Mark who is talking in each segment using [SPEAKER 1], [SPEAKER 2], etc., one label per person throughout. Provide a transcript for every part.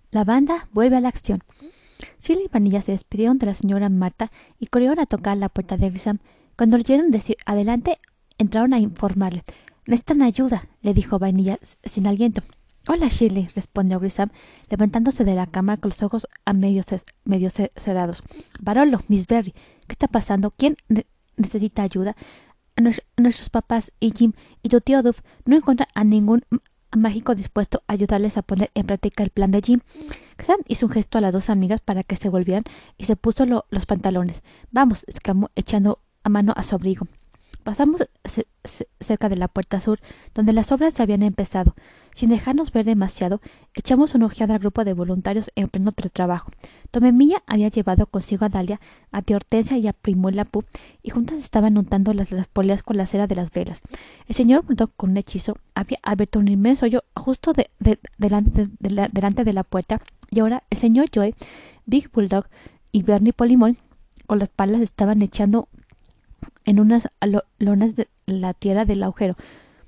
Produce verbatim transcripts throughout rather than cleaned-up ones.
[SPEAKER 1] La banda vuelve a la acción. Shirley y Vanilla se despidieron de la señora Marta y corrieron a tocar la puerta de Grisam. Cuando le oyeron decir adelante, entraron a informarle. «Necesitan ayuda», le dijo Vainilla sin aliento. «Hola, Shirley», respondió Grisam, levantándose de la cama con los ojos a medio, medio cerrados. «Barolo, Miss Berry, ¿qué está pasando? ¿Quién ne necesita ayuda? Nues nuestros papás y Jim y tu tío Duff no encuentran a ningún mágico dispuesto a ayudarles a poner en práctica el plan de Jim». Sam hizo un gesto a las dos amigas para que se volvieran y se puso lo, los pantalones. «Vamos», exclamó, echando a mano a su abrigo. Pasamos ce ce cerca de la puerta sur, donde las obras se habían empezado. Sin dejarnos ver demasiado, echamos una ojeada al grupo de voluntarios en pleno trabajo. Tomemilla había llevado consigo a Dalia, a tía Hortensia y a Primuela Pú, y juntas estaban untando las, las poleas con la cera de las velas. El señor Bulldog, con un hechizo, había abierto un inmenso hoyo justo de, de, delante, de, de la, delante de la puerta, y ahora el señor Joe, Big Bulldog y Bernie Polimón, con las palas, estaban echando en unas lonas de la tierra del agujero.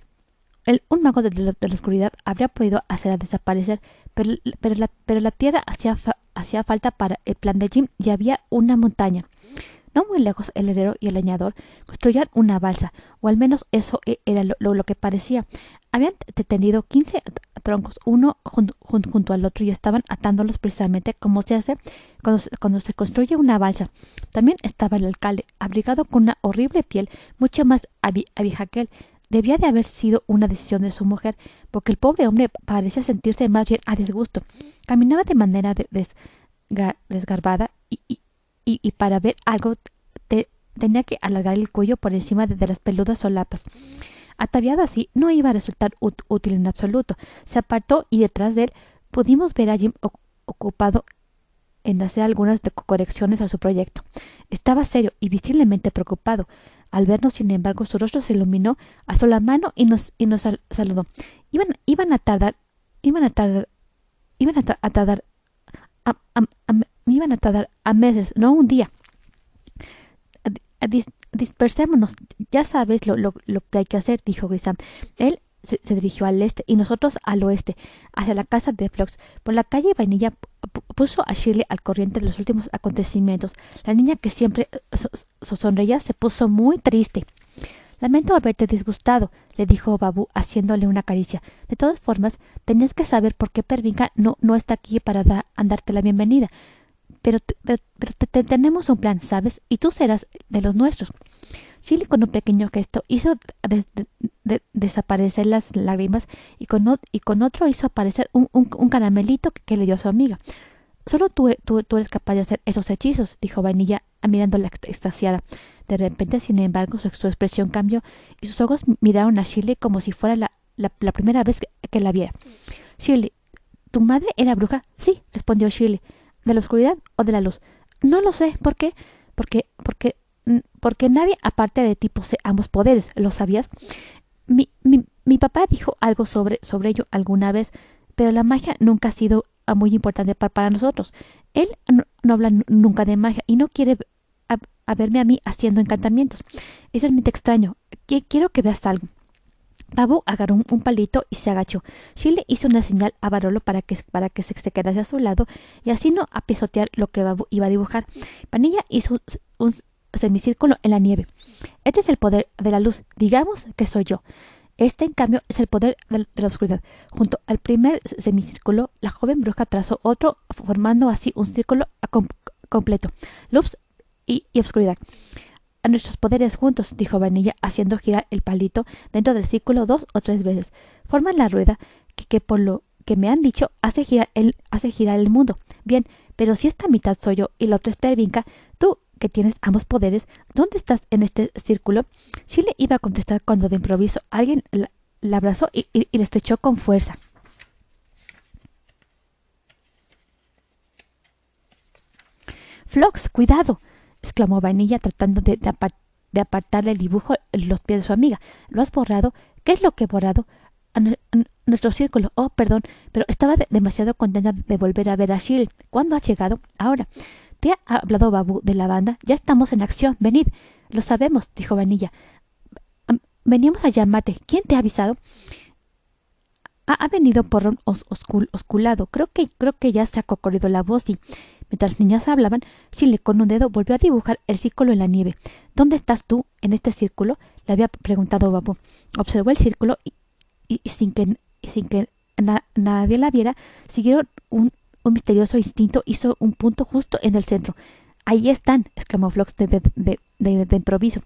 [SPEAKER 1] El, un mago de la, de la oscuridad habría podido hacerla desaparecer, pero, pero, la, pero la tierra hacía, fa, hacía falta para el plan de Jim y había una montaña. No muy lejos, el herrero y el leñador construían una balsa, o al menos eso era lo, lo, lo que parecía. Habían tendido quince troncos, uno junto, junto, junto al otro, y estaban atándolos precisamente como se hace cuando se, cuando se construye una balsa. También estaba el alcalde, abrigado con una horrible piel mucho más vieja que él. Debía de haber sido una decisión de su mujer, porque el pobre hombre parecía sentirse más bien a disgusto. Caminaba de manera de desga, desgarbada y, y, y, y para ver algo te, tenía que alargar el cuello por encima de, de las peludas solapas. Ataviado así, no iba a resultar útil en absoluto. Se apartó y detrás de él pudimos ver a Jim ocupado en hacer algunas correcciones a su proyecto. Estaba serio y visiblemente preocupado. Al vernos, sin embargo, su rostro se iluminó, alzó la mano y nos, y nos sal, saludó. Iban, iban a tardar, iban a tardar, iban a, ta, a tardar, a, a, a, iban a tardar a meses, no un día. A, a, dis, dispersémonos, ya sabes lo, lo, lo que hay que hacer, dijo Grisam. Él se, se dirigió al este y nosotros al oeste, hacia la casa de Flox. Por la calle Vainilla puso a Shirley al corriente de los últimos acontecimientos. La niña, que siempre so, so sonreía, se puso muy triste. «Lamento haberte disgustado», le dijo Babu, haciéndole una caricia. «De todas formas, tenías que saber por qué Pervinca no, no está aquí para da, darte la bienvenida. Pero, pero, pero te, te, tenemos un plan, ¿sabes? Y tú serás de los nuestros». Shirley, con un pequeño gesto, hizo de, de, de, desaparecer las lágrimas y con, o, y con otro hizo aparecer un, un, un caramelito que, que le dio a su amiga. «Solo tú, tú, tú eres capaz de hacer esos hechizos», dijo Vainilla, mirándola extasiada. De repente, sin embargo, su, su expresión cambió y sus ojos miraron a Shirley como si fuera la, la, la primera vez que, que la viera. «Shirley, ¿tu madre era bruja?» «Sí», respondió Shirley. «¿De la oscuridad o de la luz?» «No lo sé. ¿Por qué?» «Porque, porque, porque nadie aparte de ti posee ambos poderes. ¿Lo sabías?» Mi, mi, mi papá dijo algo sobre, sobre ello alguna vez, pero la magia nunca ha sido muy importante para, para nosotros. Él no, no habla nunca de magia y no quiere a, a verme a mí haciendo encantamientos. Es realmente extraño. Qu quiero que veas algo». Babu agarró un, un palito y se agachó. Shirley hizo una señal a Barolo para que, para que se, se quedase a su lado y así no a pisotear lo que Babu iba a dibujar. Vanilla hizo un, un semicírculo en la nieve. «Este es el poder de la luz. Digamos que soy yo. Este, en cambio, es el poder de la oscuridad». Junto al primer semicírculo, la joven bruja trazó otro, formando así un círculo com completo. Luz y, y oscuridad. «A nuestros poderes juntos», dijo Vanilla, haciendo girar el palito dentro del círculo dos o tres veces. «Forman la rueda que, que por lo que me han dicho, hace girar, el, hace girar el mundo. Bien, pero si esta mitad soy yo y la otra es Pervinca, tú, que tienes ambos poderes, ¿dónde estás en este círculo?» Shirley iba a contestar cuando de improviso alguien la, la abrazó y, y, y la estrechó con fuerza. «Flox, cuidado», exclamó Vainilla, tratando de, de, apart de apartarle el dibujo los pies de su amiga. «¿Lo has borrado? ¿Qué es lo que he borrado?» A, a nuestro círculo. «Oh, perdón, pero estaba de demasiado contenta de volver a ver a Shirley. ¿Cuándo ha llegado?» «Ahora». «¿Te ha hablado Babu de la banda? Ya estamos en acción. Venid». «Lo sabemos», dijo Vanilla. «Veníamos a llamarte. ¿Quién te ha avisado?» Ha, ha venido porrón os, oscul, osculado. Creo que, creo que ya se ha corrido la voz y, mientras las niñas hablaban, Shirley con un dedo volvió a dibujar el círculo en la nieve. ¿Dónde estás tú, en este círculo?, le había preguntado Babu. Observó el círculo y, y, y sin que, y sin que na, nadie la viera, siguieron un, un misterioso instinto, hizo un punto justo en el centro. Ahí están, exclamó Flox de, de, de, de, de improviso.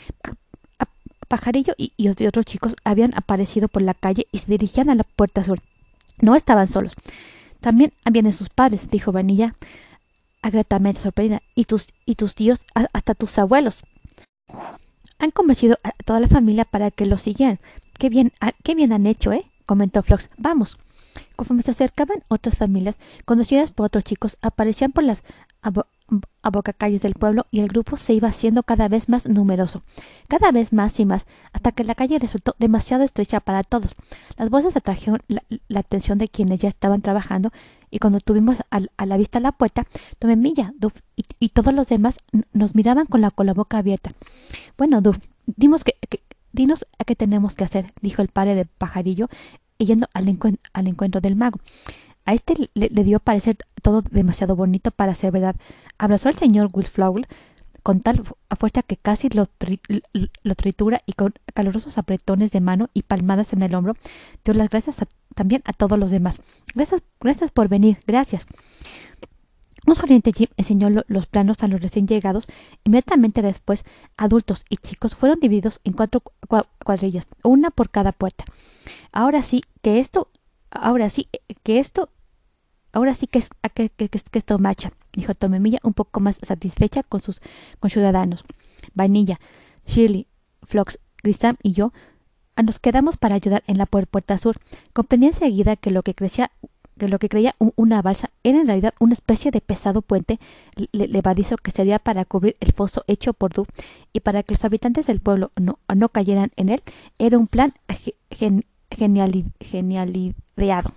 [SPEAKER 1] Pajarillo y, y otros chicos habían aparecido por la calle y se dirigían a la puerta sur. No estaban solos. También vienen sus padres, dijo Vanilla, agratamente sorprendida. Y tus, y tus tíos, hasta tus abuelos. Han convencido a toda la familia para que los siguieran. Qué bien, qué bien han hecho, ¿eh?, comentó Flox. Vamos. Conforme se acercaban, otras familias, conocidas por otros chicos, aparecían por las a bocacalles del pueblo y el grupo se iba haciendo cada vez más numeroso, cada vez más y más, hasta que la calle resultó demasiado estrecha para todos. Las voces atrajeron la, la atención de quienes ya estaban trabajando y cuando tuvimos a, a la vista la puerta, Tomemilla, Duff y, y todos los demás nos miraban con la, con la boca abierta. Bueno, Duff, dimos que, que, dinos a qué tenemos que hacer, dijo el padre de Pajarillo, yendo al, encuen al encuentro del mago. A este le, le dio parecer todo demasiado bonito para ser verdad. Abrazó al señor Wildflower con tal fuerza que casi lo, tri lo tritura y con calurosos apretones de mano y palmadas en el hombro dio las gracias a, también a todos los demás. Gracias, gracias por venir, gracias. Un sonriente Jim enseñó lo, los planos a los recién llegados. Inmediatamente después, adultos y chicos fueron divididos en cuatro cu cuadrillas, una por cada puerta. Ahora sí que esto, ahora sí que esto Ahora sí que, es, que, que, que esto marcha, dijo Tomemilla, un poco más satisfecha con sus ciudadanos. Vainilla, Shirley, Flox, Grisam y yo nos quedamos para ayudar en la puerta sur. Comprendí enseguida que lo que, crecía, que lo que creía un, una balsa era en realidad una especie de pesado puente le, levadizo que sería para cubrir el foso hecho por Duff y para que los habitantes del pueblo no, no cayeran en él. Era un plan gen, genial, genialideado.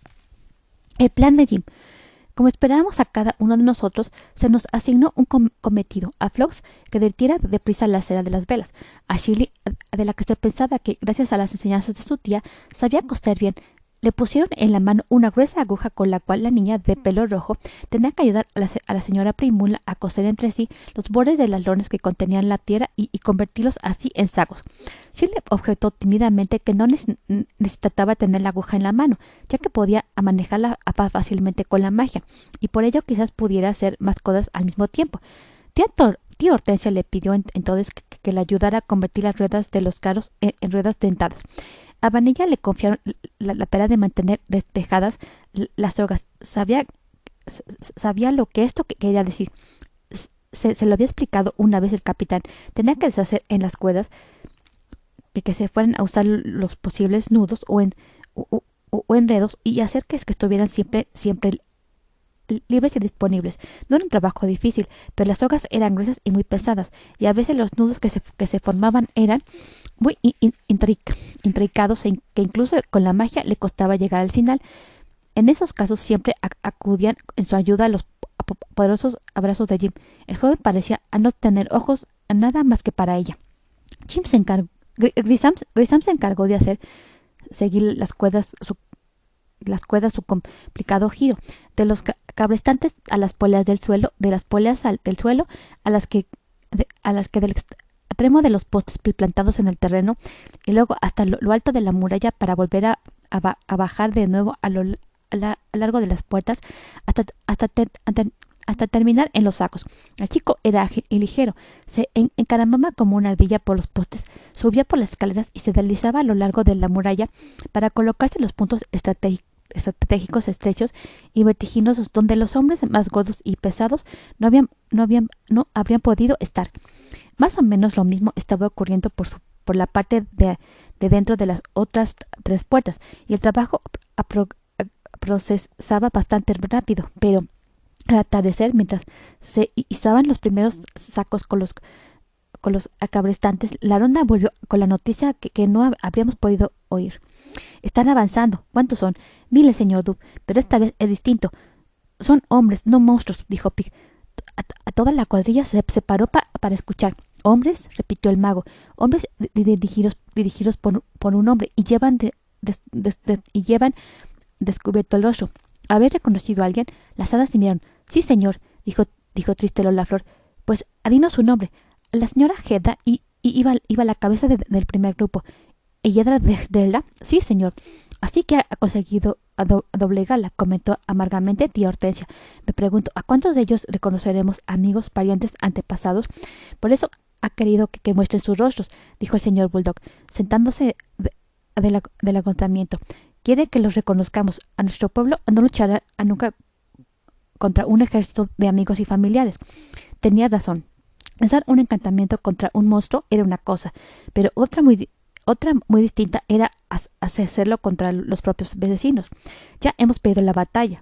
[SPEAKER 1] El plan de Jim. Como esperábamos a cada uno de nosotros, se nos asignó un com cometido. A Flox, que derritiera deprisa la cera de las velas. A Shirley, de la que se pensaba que, gracias a las enseñanzas de su tía, sabía coser bien, le pusieron en la mano una gruesa aguja con la cual la niña de pelo rojo tenía que ayudar a la, a la señora Primula a coser entre sí los bordes de las lonas que contenían la tierra y, y convertirlos así en sacos. Shirley objetó tímidamente que no necesitaba tener la aguja en la mano, ya que podía manejarla fácilmente con la magia, y por ello quizás pudiera hacer más cosas al mismo tiempo. Tía, tía Hortensia le pidió entonces que, que le ayudara a convertir las ruedas de los carros en, en ruedas dentadas. A Vanilla le confiaron la, la tarea de mantener despejadas las sogas. Sabía, sabía lo que esto quería decir. Se, se lo había explicado una vez el capitán. Tenía que deshacer en las cuerdas que, que se fueran a usar los posibles nudos o, en, o, o, o enredos y hacer que, que estuvieran siempre, siempre libres y disponibles. No era un trabajo difícil, pero las sogas eran gruesas y muy pesadas, y a veces los nudos que se, que se formaban eran muy intrincados e que incluso con la magia le costaba llegar al final. En esos casos siempre acudían en su ayuda a los poderosos abrazos de Jim. El joven parecía a no tener ojos a nada más que para ella. Jim se encargó, Grisam, Grisam se encargó de hacer seguir las cuerdas su, las cuerdas su complicado giro, de los cabrestantes a las poleas del suelo, de las poleas al, del suelo a las que de, a las que del extremo de los postes plantados en el terreno y luego hasta lo, lo alto de la muralla para volver a, a, a bajar de nuevo a lo a la, a lo largo de las puertas hasta hasta, te, hasta hasta terminar en los sacos. El chico era ágil y ligero, se en, encaramaba como una ardilla por los postes, subía por las escaleras y se deslizaba a lo largo de la muralla para colocarse en los puntos estratégicos estrechos y vertiginosos donde los hombres más gordos y pesados no habían no habían no habrían podido estar. Más o menos lo mismo estaba ocurriendo por su, por la parte de, de dentro de las otras tres puertas, y el trabajo apro, procesaba bastante rápido, pero al atardecer, mientras se izaban los primeros sacos con los con los acabrestantes, la ronda volvió con la noticia que, que no habríamos podido oír. Están avanzando. ¿Cuántos son? Miles, señor Duff, pero esta vez es distinto. Son hombres, no monstruos, dijo Pig. A, a toda la cuadrilla se separó pa, para escuchar. ¿Hombres? Repitió el mago. Hombres dirigidos, dirigidos por, por un hombre y llevan de, des, des, des, y llevan descubierto el rostro. ¿Habéis reconocido a alguien? Las hadas se miraron. Sí, señor, dijo, dijo triste Lola Flor. Pues adivinó su nombre. La señora Hedda y, y iba, iba a la cabeza de, del primer grupo. ¿Ella era de Zelda? Sí, señor. Así que ha conseguido do, doblegarla, comentó amargamente tía Hortensia. Me pregunto, ¿a cuántos de ellos reconoceremos amigos, parientes, antepasados? Por eso ha querido que, que muestren sus rostros, dijo el señor Bulldog, sentándose de, de la, del agotamiento. Quiere que los reconozcamos. A nuestro pueblo no luchará a nunca contra un ejército de amigos y familiares. Tenía razón. Lanzar un encantamiento contra un monstruo era una cosa, pero otra muy, otra muy distinta era hacerlo contra los propios vecinos. Ya hemos perdido la batalla,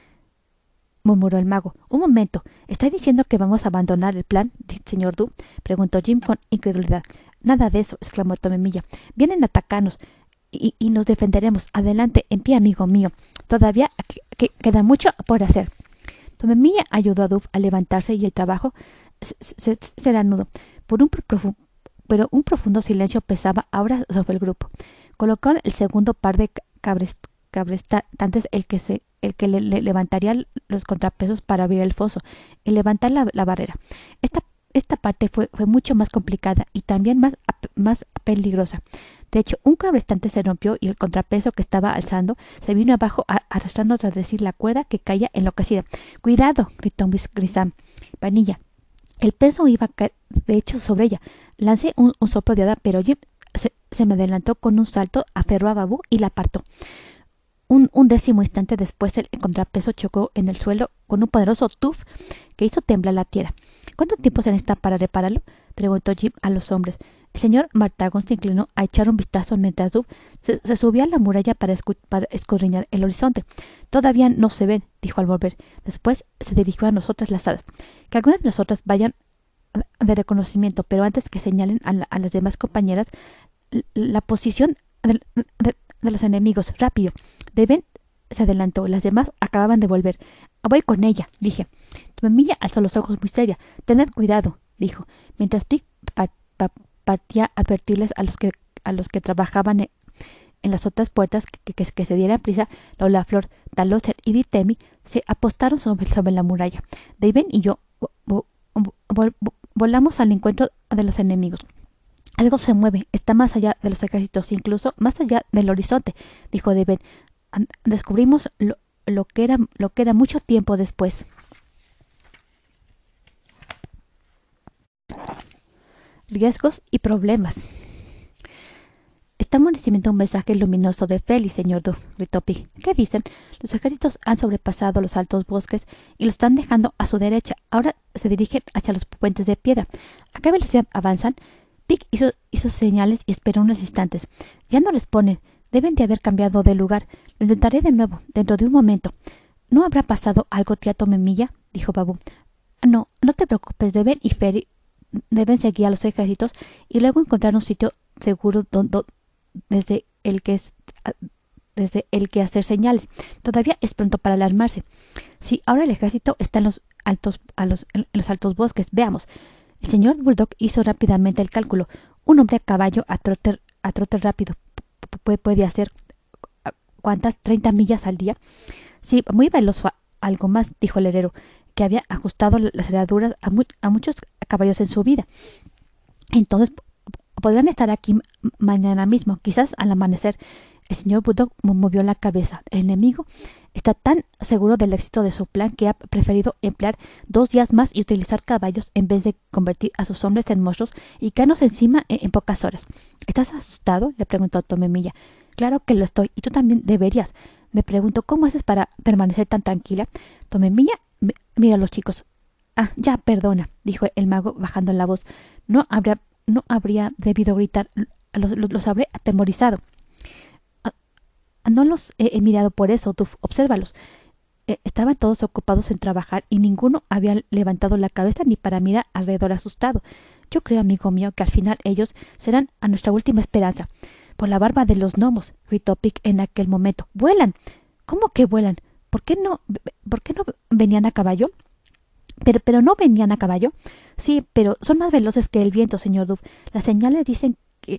[SPEAKER 1] murmuró el mago. Un momento, ¿está diciendo que vamos a abandonar el plan, señor Du? Preguntó Jim con incredulidad. Nada de eso, exclamó Tomemilla. Vienen a atacarnos y, y nos defenderemos. Adelante, en pie, amigo mío. Todavía que, que queda mucho por hacer. Tomemilla ayudó a Duff a levantarse y el trabajo se, se, se reanudó. Por un profu pero un profundo silencio pesaba ahora sobre el grupo. Colocó el segundo par de cabres, cabrestantes, el que, se, el que le, le levantaría los contrapesos para abrir el foso y levantar la, la barrera. Esta, esta parte fue, fue mucho más complicada y también más, más peligrosa. De hecho, un cabrestante se rompió y el contrapeso que estaba alzando se vino abajo a, arrastrando tras de sí la cuerda que caía enloquecida. ¡Cuidado! Gritó Grisam. Vanilla. El peso iba a caer, de hecho, sobre ella. Lancé un, un soplo de hada, pero Jim se, se me adelantó con un salto, aferró a Babú y la apartó. Un, un décimo instante después el contrapeso chocó en el suelo con un poderoso tuf que hizo temblar la tierra. ¿Cuánto tiempo se necesita para repararlo? Preguntó Jim a los hombres. El señor Martagon se inclinó a echar un vistazo mientras Duff se, se subía a la muralla para, para escudriñar el horizonte. Todavía no se ven, dijo al volver. Después se dirigió a nosotras las hadas. Que algunas de nosotras vayan de reconocimiento, pero antes que señalen a, la, a las demás compañeras la posición de, de, de los enemigos. Rápido. Deben se adelantó. Las demás acababan de volver. Voy con ella, dije. Tomemilla alzó los ojos muy seria. Tened cuidado, dijo, mientras Pic pa, pa, partía a advertirles a los que a los que trabajaban en, en las otras puertas que, que, que se dieran prisa. Lola Flor, Taloser y Ditemi se apostaron sobre, sobre la muralla. Daven y yo vo, vo, vo, vo, volamos al encuentro de los enemigos. Algo se mueve, está más allá de los ejércitos, incluso más allá del horizonte, dijo Daven. Descubrimos lo, lo que era lo que era mucho tiempo después. Riesgos y problemas. Estamos recibiendo un mensaje luminoso de Félix, señor Duff, gritó Pig. ¿Qué dicen? Los ejércitos han sobrepasado los altos bosques y los están dejando a su derecha. Ahora se dirigen hacia los puentes de piedra. ¿A qué velocidad avanzan? Pig hizo, hizo señales y esperó unos instantes. Ya no responden. Deben de haber cambiado de lugar. Lo intentaré de nuevo, dentro de un momento. ¿No habrá pasado algo, tía Tomemilla? Dijo Babú. No, no te preocupes. Deben y Ferry deben seguir a los ejércitos y luego encontrar un sitio seguro donde, desde el que es, desde el que hacer señales. Todavía es pronto para alarmarse. Sí, ahora el ejército está en los altos, a los, en los altos bosques. Veamos. El señor Bulldog hizo rápidamente el cálculo. Un hombre a caballo a trote, a trote rápido puede hacer ¿cuántas? ¿Treinta millas al día? Sí, muy veloz, algo más, dijo el herrero, que había ajustado las herraduras a, mu a muchos caballos en su vida. Entonces podrán estar aquí mañana mismo, quizás al amanecer. El señor Bulldog movió la cabeza. El enemigo está tan seguro del éxito de su plan que ha preferido emplear dos días más y utilizar caballos en vez de convertir a sus hombres en monstruos y caernos encima en, en pocas horas. ¿Estás asustado? Le preguntó Tomemilla. Claro que lo estoy, y tú también deberías. Me pregunto, ¿cómo haces para permanecer tan tranquila? Tomemilla, mira a los chicos. Ah, ya, perdona, dijo el mago bajando la voz. No habría, no habría debido gritar. Los, los, los habré atemorizado. No los he, he mirado por eso, Duff. Obsérvalos. Eh, estaban todos ocupados en trabajar y ninguno había levantado la cabeza ni para mirar alrededor asustado. Yo creo, amigo mío, que al final ellos serán a nuestra última esperanza. Por la barba de los gnomos, gritó Pic en aquel momento. ¡Vuelan! ¿Cómo que vuelan? ¿Por qué no, por qué no venían a caballo? Pero, pero no venían a caballo. Sí, pero son más veloces que el viento, señor Duff. Las señales dicen que,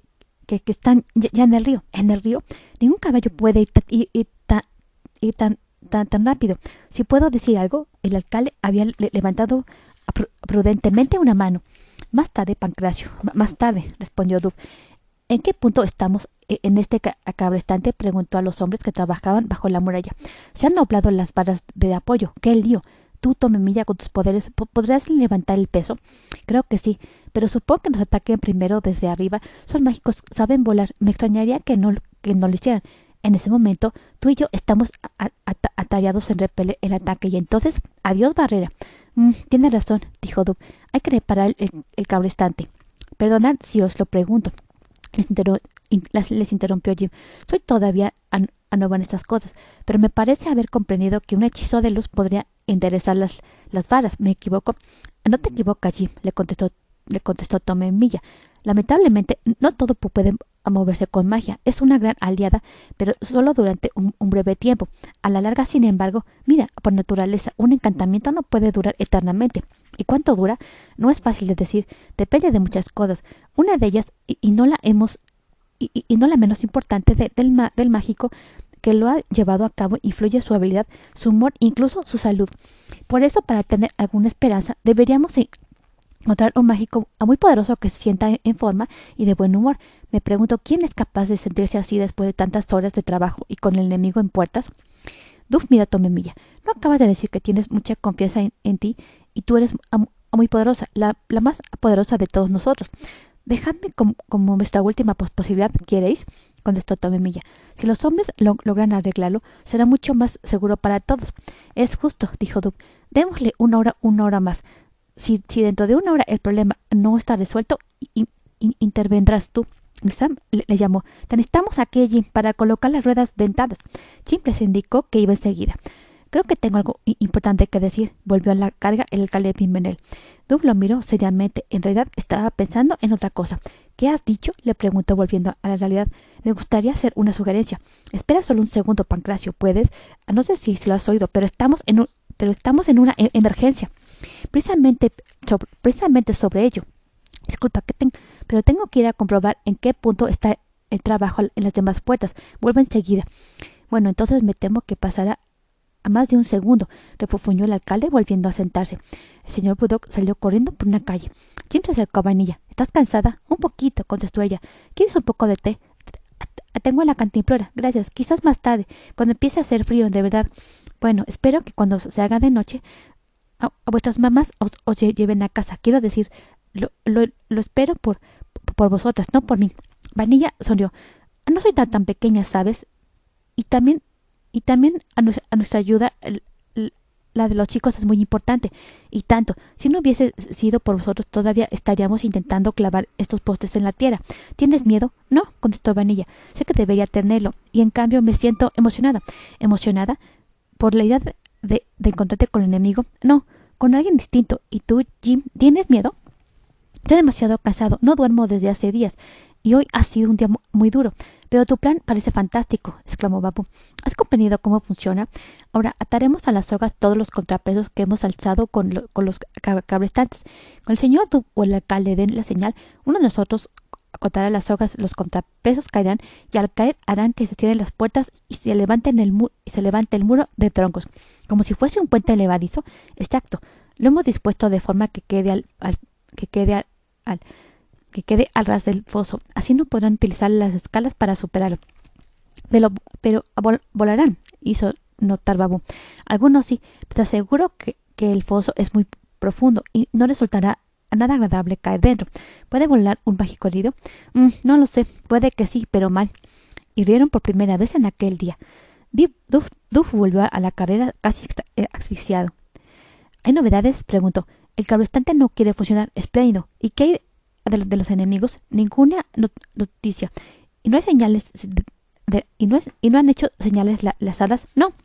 [SPEAKER 1] que, que están ya, ya en el río. ¿En el río? Ningún caballo puede ir, ir, ir, ta, ir tan, tan, tan rápido. Si puedo decir algo, el alcalde había le levantado prudentemente una mano. Más tarde, Pancracio. Más tarde, respondió Duff. ¿En qué punto estamos en este acabrestante? Preguntó a los hombres que trabajaban bajo la muralla. Se han doblado las varas de apoyo. ¡Qué lío! Tú, Tomemilla, con tus poderes, ¿podrás levantar el peso? Creo que sí, pero supongo que nos ataquen primero desde arriba. Son mágicos, saben volar. Me extrañaría que no, que no lo hicieran. En ese momento, tú y yo estamos atareados en repeler el ataque y entonces, adiós, barrera. Mm, tiene razón, dijo Dub. Hay que reparar el, el cabrestante. Perdonad si os lo pregunto. Les, interru les interrumpió Jim. Soy todavía a, a nuevo en estas cosas, pero me parece haber comprendido que un hechizo de luz podría enderezar las, las varas. ¿Me equivoco? No te equivocas, Jim, le contestó, le contestó Tomemilla. Lamentablemente, no todo puede moverse con magia. Es una gran aliada, pero solo durante un, un breve tiempo. A la larga, sin embargo, mira, por naturaleza, un encantamiento no puede durar eternamente. ¿Y cuánto dura? No es fácil de decir. Depende de muchas cosas. Una de ellas, y, y no la hemos, y, y, y no la menos importante de, del, ma, del mágico que lo ha llevado a cabo, influye su habilidad, su humor, incluso su salud. Por eso, para tener alguna esperanza, deberíamos encontrar un mágico muy poderoso que se sienta en forma y de buen humor. Me pregunto, ¿quién es capaz de sentirse así después de tantas horas de trabajo y con el enemigo en puertas? Duff mira a Tomemilla. ¿No acabas de decir que tienes mucha confianza en, en ti y tú eres muy poderosa, la, la más poderosa de todos nosotros? Dejadme como, como nuestra última posibilidad, ¿queréis? Contestó Tomemilla. Si los hombres lo, logran arreglarlo, será mucho más seguro para todos. Es justo, dijo Duff. Démosle una hora, una hora más. Si, si dentro de una hora el problema no está resuelto, in, in, intervendrás tú. Sam le, le llamó. Te necesitamos aquí, Jim, para colocar las ruedas dentadas. Jim les indicó que iba enseguida. Creo que tengo algo importante que decir, volvió a la carga el alcalde Pimenel. Duff lo miró seriamente. En realidad estaba pensando en otra cosa. ¿Qué has dicho? Le preguntó volviendo a la realidad. Me gustaría hacer una sugerencia. Espera solo un segundo, Pancracio, ¿puedes? No sé si lo has oído, pero estamos en un, pero estamos en una e emergencia. Precisamente, so, precisamente sobre ello. Disculpa, que ten, pero tengo que ir a comprobar en qué punto está el trabajo en las demás puertas. Vuelvo enseguida. Bueno, entonces me temo que pasará a más de un segundo, refunfuñó el alcalde volviendo a sentarse. El señor Budok salió corriendo por una calle. Jim se acercó a Vainilla. ¿Estás cansada? Un poquito, contestó ella. ¿Quieres un poco de té? Tengo en la cantimplora. Gracias. Quizás más tarde, cuando empiece a hacer frío, de verdad. Bueno, espero que cuando se haga de noche a, a vuestras mamás os, os lleven a casa. Quiero decir, lo, lo, lo espero por, por vosotras, no por mí. Vainilla sonrió. No soy tan, tan pequeña, ¿sabes? Y también Y también a, nu a nuestra ayuda, el, el, la de los chicos es muy importante. Y tanto, si no hubiese sido por vosotros, todavía estaríamos intentando clavar estos postes en la tierra. ¿Tienes miedo? No, contestó Vainilla. Sé que debería tenerlo, y en cambio me siento emocionada. ¿Emocionada? ¿Por la idea de, de, de encontrarte con el enemigo? No, con alguien distinto. ¿Y tú, Jim, tienes miedo? Estoy demasiado cansado, no duermo desde hace días, y hoy ha sido un día muy duro. Pero tu plan parece fantástico, exclamó Babu. ¿Has comprendido cómo funciona? Ahora ataremos a las sogas todos los contrapesos que hemos alzado con, lo, con los cabrestantes. Cuando el señor Dub o el alcalde den la señal, uno de nosotros acotará las sogas, los contrapesos caerán, y al caer harán que se cierren las puertas y se levanten el muro y se levante el muro de troncos, como si fuese un puente elevadizo. Exacto. Lo hemos dispuesto de forma que quede al, al que quede al, al que quede al ras del foso. Así no podrán utilizar las escalas para superarlo. Pero, pero vol volarán, hizo notar Babu. Algunos sí, pero te aseguro que, que el foso es muy profundo y no resultará nada agradable caer dentro. ¿Puede volar un mágico herido? Mm, no lo sé, puede que sí, pero mal. Y rieron por primera vez en aquel día. Duff, Duff volvió a la carrera casi asfixiado. ¿Hay novedades? Preguntó. El cabrestante no quiere funcionar. Espléndido. ¿Y qué hay de, de los enemigos? Ninguna not noticia. ¿Y no hay señales de, de, y, no es, y no han hecho señales la, las hadas? No.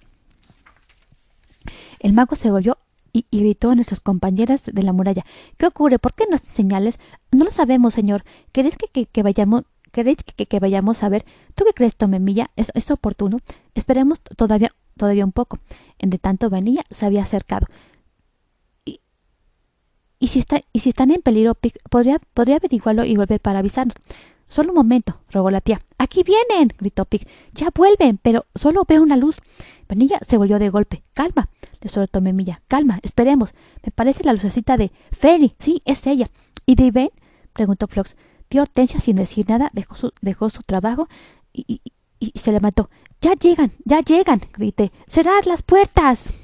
[SPEAKER 1] El mago se volvió y, y gritó a nuestras compañeras de la muralla. ¿Qué ocurre? ¿Por qué no hacen señales? No lo sabemos, señor. ¿Queréis que, que, que vayamos? ¿Queréis que, que, que vayamos a ver? ¿Tú qué crees, Tomemilla? ¿Es, es oportuno? Esperemos todavía, todavía un poco. Entre tanto, Vainilla se había acercado. Y, y, si, está, y si están en peligro, podría, podría averiguarlo y volver para avisarnos. Solo un momento, rogó la tía. ¡Aquí vienen! Gritó Pig. Ya vuelven, pero solo veo una luz. Vainilla se volvió de golpe. Calma, le soltó Memilla. Calma, esperemos. Me parece la lucecita de Fairy. Sí, es ella. ¿Y de Ben? Preguntó Flox. Tía Hortensia, sin decir nada, dejó su, dejó su trabajo y, y, y se levantó. ¡Ya llegan! ¡Ya llegan! Grité. ¡Cerrad las puertas!